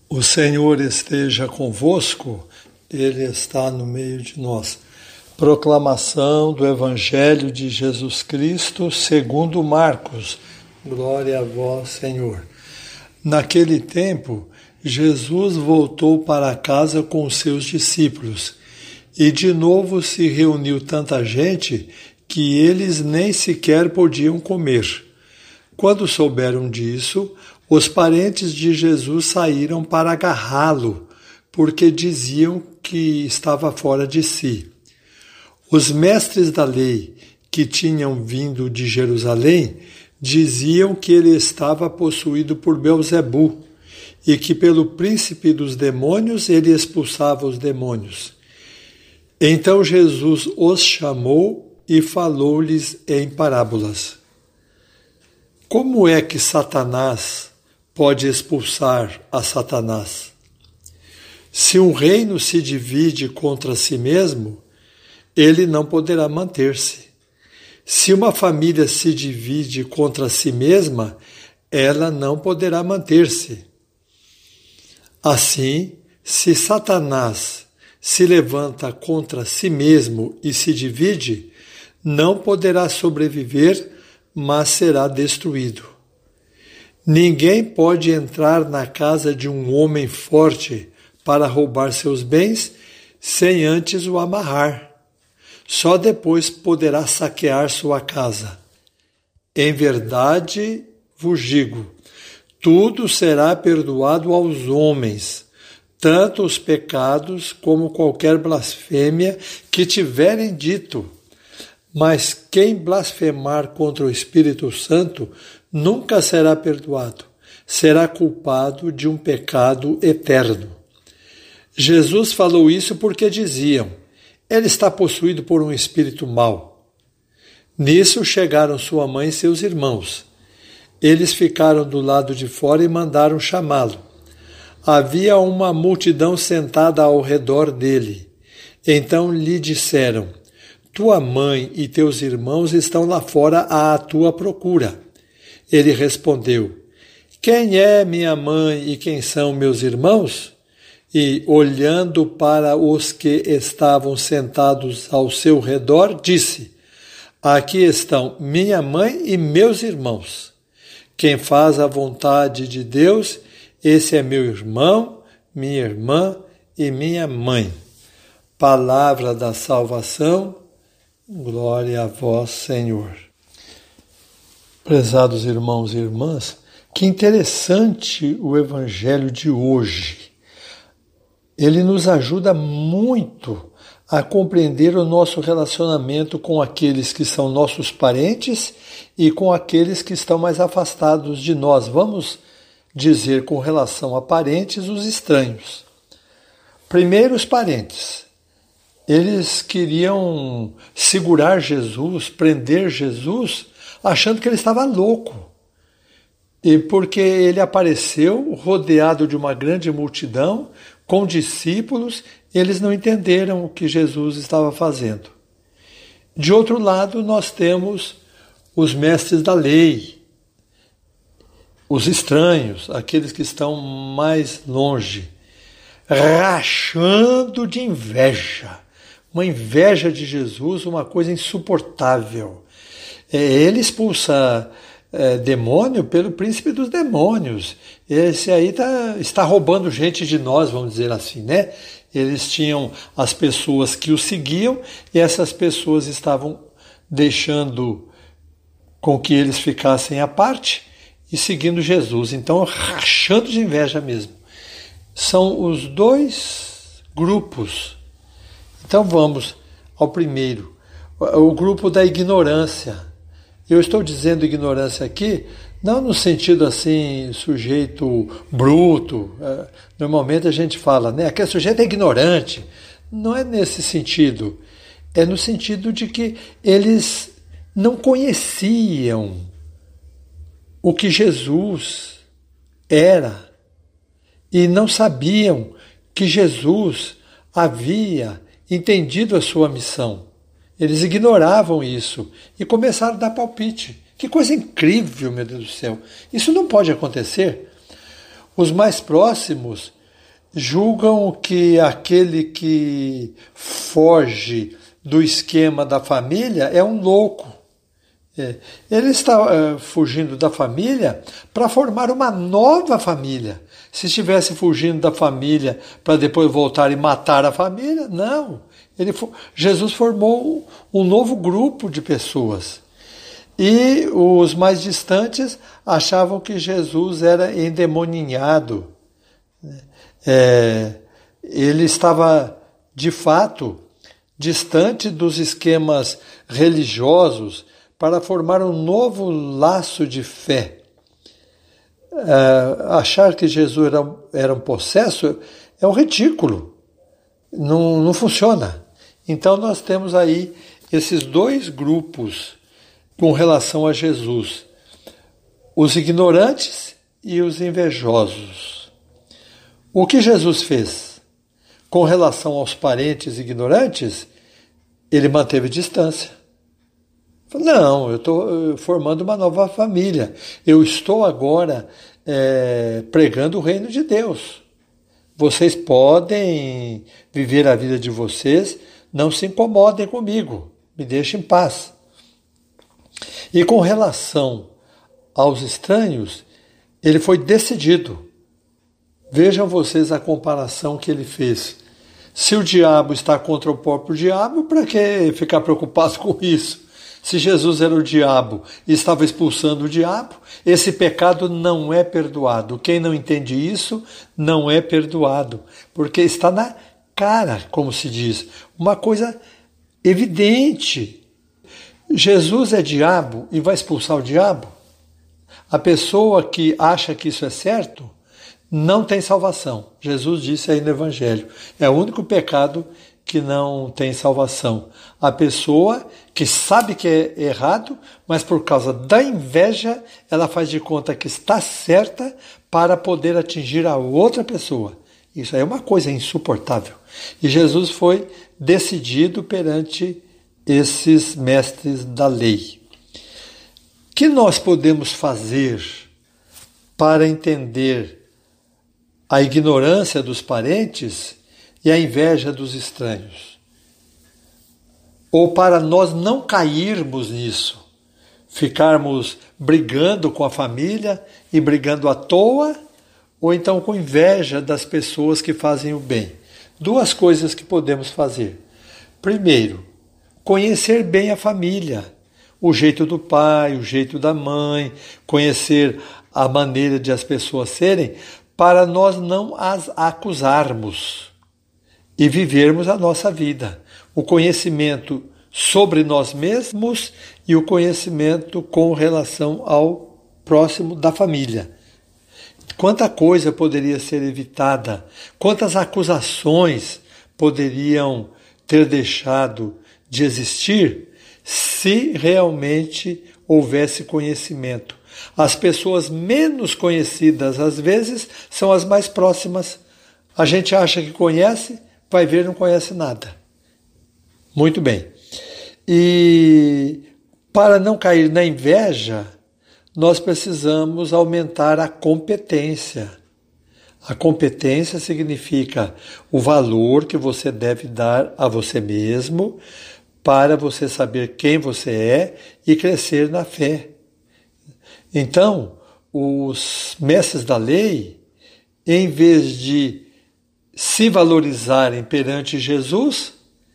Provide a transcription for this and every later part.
O Senhor esteja convosco, Ele está no meio de nós. Proclamação do Evangelho de Jesus Cristo segundo Marcos. Glória a vós, Senhor. Naquele tempo, Jesus voltou para casa com os seus discípulos, e de novo se reuniu tanta gente que eles nem sequer podiam comer. Quando souberam disso, os parentes de Jesus saíram para agarrá-lo, porque diziam que estava fora de si. Os mestres da lei, que tinham vindo de Jerusalém, diziam que ele estava possuído por Belzebu, e que pelo príncipe dos demônios ele expulsava os demônios. Então Jesus os chamou e falou-lhes em parábolas. Como é que Satanás pode expulsar a Satanás? Se um reino se divide contra si mesmo, ele não poderá manter-se. Se uma família se divide contra si mesma, ela não poderá manter-se. Assim, se Satanás se levanta contra si mesmo e se divide, não poderá sobreviver, mas será destruído. Ninguém pode entrar na casa de um homem forte para roubar seus bens sem antes o amarrar. Só depois poderá saquear sua casa. Em verdade vos digo, tudo será perdoado aos homens, tanto os pecados como qualquer blasfêmia que tiverem dito. Mas quem blasfemar contra o Espírito Santo nunca será perdoado, será culpado de um pecado eterno. Jesus falou isso porque diziam, ele está possuído por um espírito mau. Nisso chegaram sua mãe e seus irmãos. Eles ficaram do lado de fora e mandaram chamá-lo. Havia uma multidão sentada ao redor dele. Então lhe disseram, tua mãe e teus irmãos estão lá fora à tua procura. Ele respondeu, quem é minha mãe e quem são meus irmãos? E, olhando para os que estavam sentados ao seu redor, disse, aqui estão minha mãe e meus irmãos. Quem faz a vontade de Deus, esse é meu irmão, minha irmã e minha mãe. Palavra da salvação. Glória a vós, Senhor. Prezados irmãos e irmãs, que interessante o Evangelho de hoje. Ele nos ajuda muito a compreender o nosso relacionamento com aqueles que são nossos parentes e com aqueles que estão mais afastados de nós. Vamos dizer com relação a parentes, os estranhos. Primeiro, os parentes. Eles queriam segurar Jesus, prender Jesus, achando que ele estava louco. E porque ele apareceu rodeado de uma grande multidão, com discípulos, eles não entenderam o que Jesus estava fazendo. De outro lado, nós temos os mestres da lei, os estranhos, aqueles que estão mais longe, rachando de inveja. Uma inveja de Jesus, uma coisa insuportável. Ele expulsa demônio pelo príncipe dos demônios. Esse aí está roubando gente de nós, vamos dizer assim, né? Eles tinham as pessoas que o seguiam e essas pessoas estavam deixando com que eles ficassem à parte e seguindo Jesus. Então, rachando de inveja mesmo. São os dois grupos. Então vamos ao primeiro, o grupo da ignorância. Eu estou dizendo ignorância aqui, não no sentido assim, sujeito bruto. Normalmente a gente fala, né? Aquele sujeito é ignorante. Não é nesse sentido. É no sentido de que eles não conheciam o que Jesus era e não sabiam que Jesus havia entendido a sua missão. Eles ignoravam isso e começaram a dar palpite. Que coisa incrível, meu Deus do céu. Isso não pode acontecer. Os mais próximos julgam que aquele que foge do esquema da família é um louco. Ele está fugindo da família para formar uma nova família. Se estivesse fugindo da família para depois voltar e matar a família, não. Jesus formou um novo grupo de pessoas. E os mais distantes achavam que Jesus era endemoninhado. Ele estava, de fato, distante dos esquemas religiosos para formar um novo laço de fé. Achar que Jesus era um possesso é um ridículo. Não funciona. Então nós temos aí esses dois grupos com relação a Jesus: os ignorantes e os invejosos. O que Jesus fez com relação aos parentes ignorantes? Ele manteve distância. Não, eu estou formando uma nova família. Eu estou agora pregando o reino de Deus. Vocês podem viver a vida de vocês, não se incomodem comigo, me deixem em paz. E com relação aos estranhos, ele foi decidido. Vejam vocês a comparação que ele fez. Se o diabo está contra o próprio diabo, para que ficar preocupado com isso? Se Jesus era o diabo e estava expulsando o diabo, esse pecado não é perdoado. Quem não entende isso não é perdoado, porque está na cara, como se diz, uma coisa evidente. Jesus é diabo e vai expulsar o diabo? A pessoa que acha que isso é certo não tem salvação. Jesus disse aí no Evangelho. É o único pecado que não tem salvação. A pessoa que sabe que é errado, mas por causa da inveja, ela faz de conta que está certa para poder atingir a outra pessoa. Isso aí é uma coisa insuportável. E Jesus foi decidido perante esses mestres da lei. O que nós podemos fazer para entender a ignorância dos parentes e a inveja dos estranhos? Ou para nós não cairmos nisso, ficarmos brigando com a família e brigando à toa, ou então com inveja das pessoas que fazem o bem. Duas coisas que podemos fazer. Primeiro, conhecer bem a família, o jeito do pai, o jeito da mãe, conhecer a maneira de as pessoas serem, para nós não as acusarmos e vivermos a nossa vida. O conhecimento sobre nós mesmos e o conhecimento com relação ao próximo da família. Quanta coisa poderia ser evitada, quantas acusações poderiam ter deixado de existir se realmente houvesse conhecimento. As pessoas menos conhecidas, às vezes, são as mais próximas. A gente acha que conhece, vai ver, não conhece nada. Muito bem. E para não cair na inveja, nós precisamos aumentar a competência. A competência significa o valor que você deve dar a você mesmo para você saber quem você é e crescer na fé. Então, os mestres da lei, em vez de se valorizarem perante Jesus,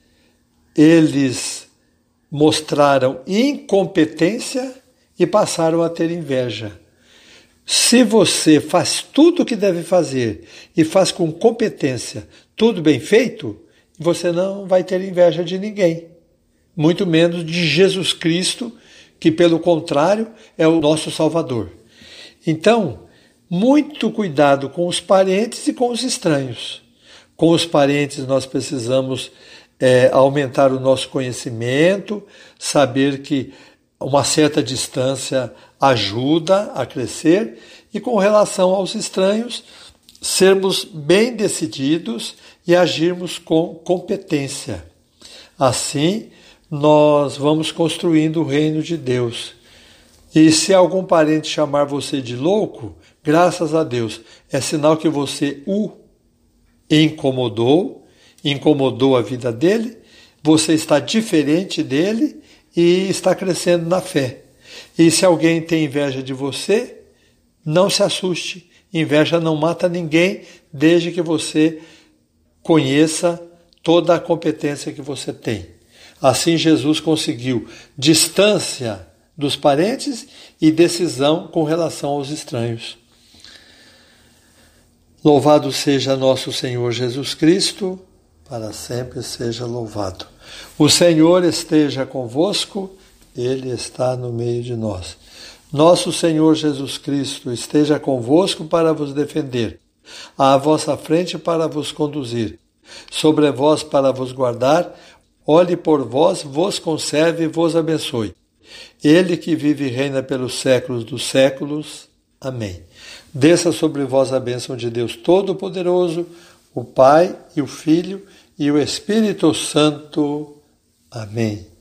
eles mostraram incompetência e passaram a ter inveja. Se você faz tudo o que deve fazer e faz com competência tudo bem feito, você não vai ter inveja de ninguém, muito menos de Jesus Cristo, que pelo contrário é o nosso Salvador. Então, muito cuidado com os parentes e com os estranhos. Com os parentes nós precisamos aumentar o nosso conhecimento, saber que uma certa distância ajuda a crescer, e com relação aos estranhos, sermos bem decididos e agirmos com competência. Assim, nós vamos construindo o reino de Deus. E se algum parente chamar você de louco, graças a Deus, é sinal que você o incomodou a vida dele, você está diferente dele e está crescendo na fé. E se alguém tem inveja de você, não se assuste. Inveja não mata ninguém, desde que você conheça toda a competência que você tem. Assim Jesus conseguiu distância dos parentes e decisão com relação aos estranhos. Louvado seja nosso Senhor Jesus Cristo, para sempre seja louvado. O Senhor esteja convosco, Ele está no meio de nós. Nosso Senhor Jesus Cristo esteja convosco para vos defender, à vossa frente para vos conduzir, sobre vós para vos guardar, olhe por vós, vos conserve e vos abençoe. Ele que vive e reina pelos séculos dos séculos. Amém. Desça sobre vós a bênção de Deus Todo-Poderoso, o Pai e o Filho e o Espírito Santo. Amém.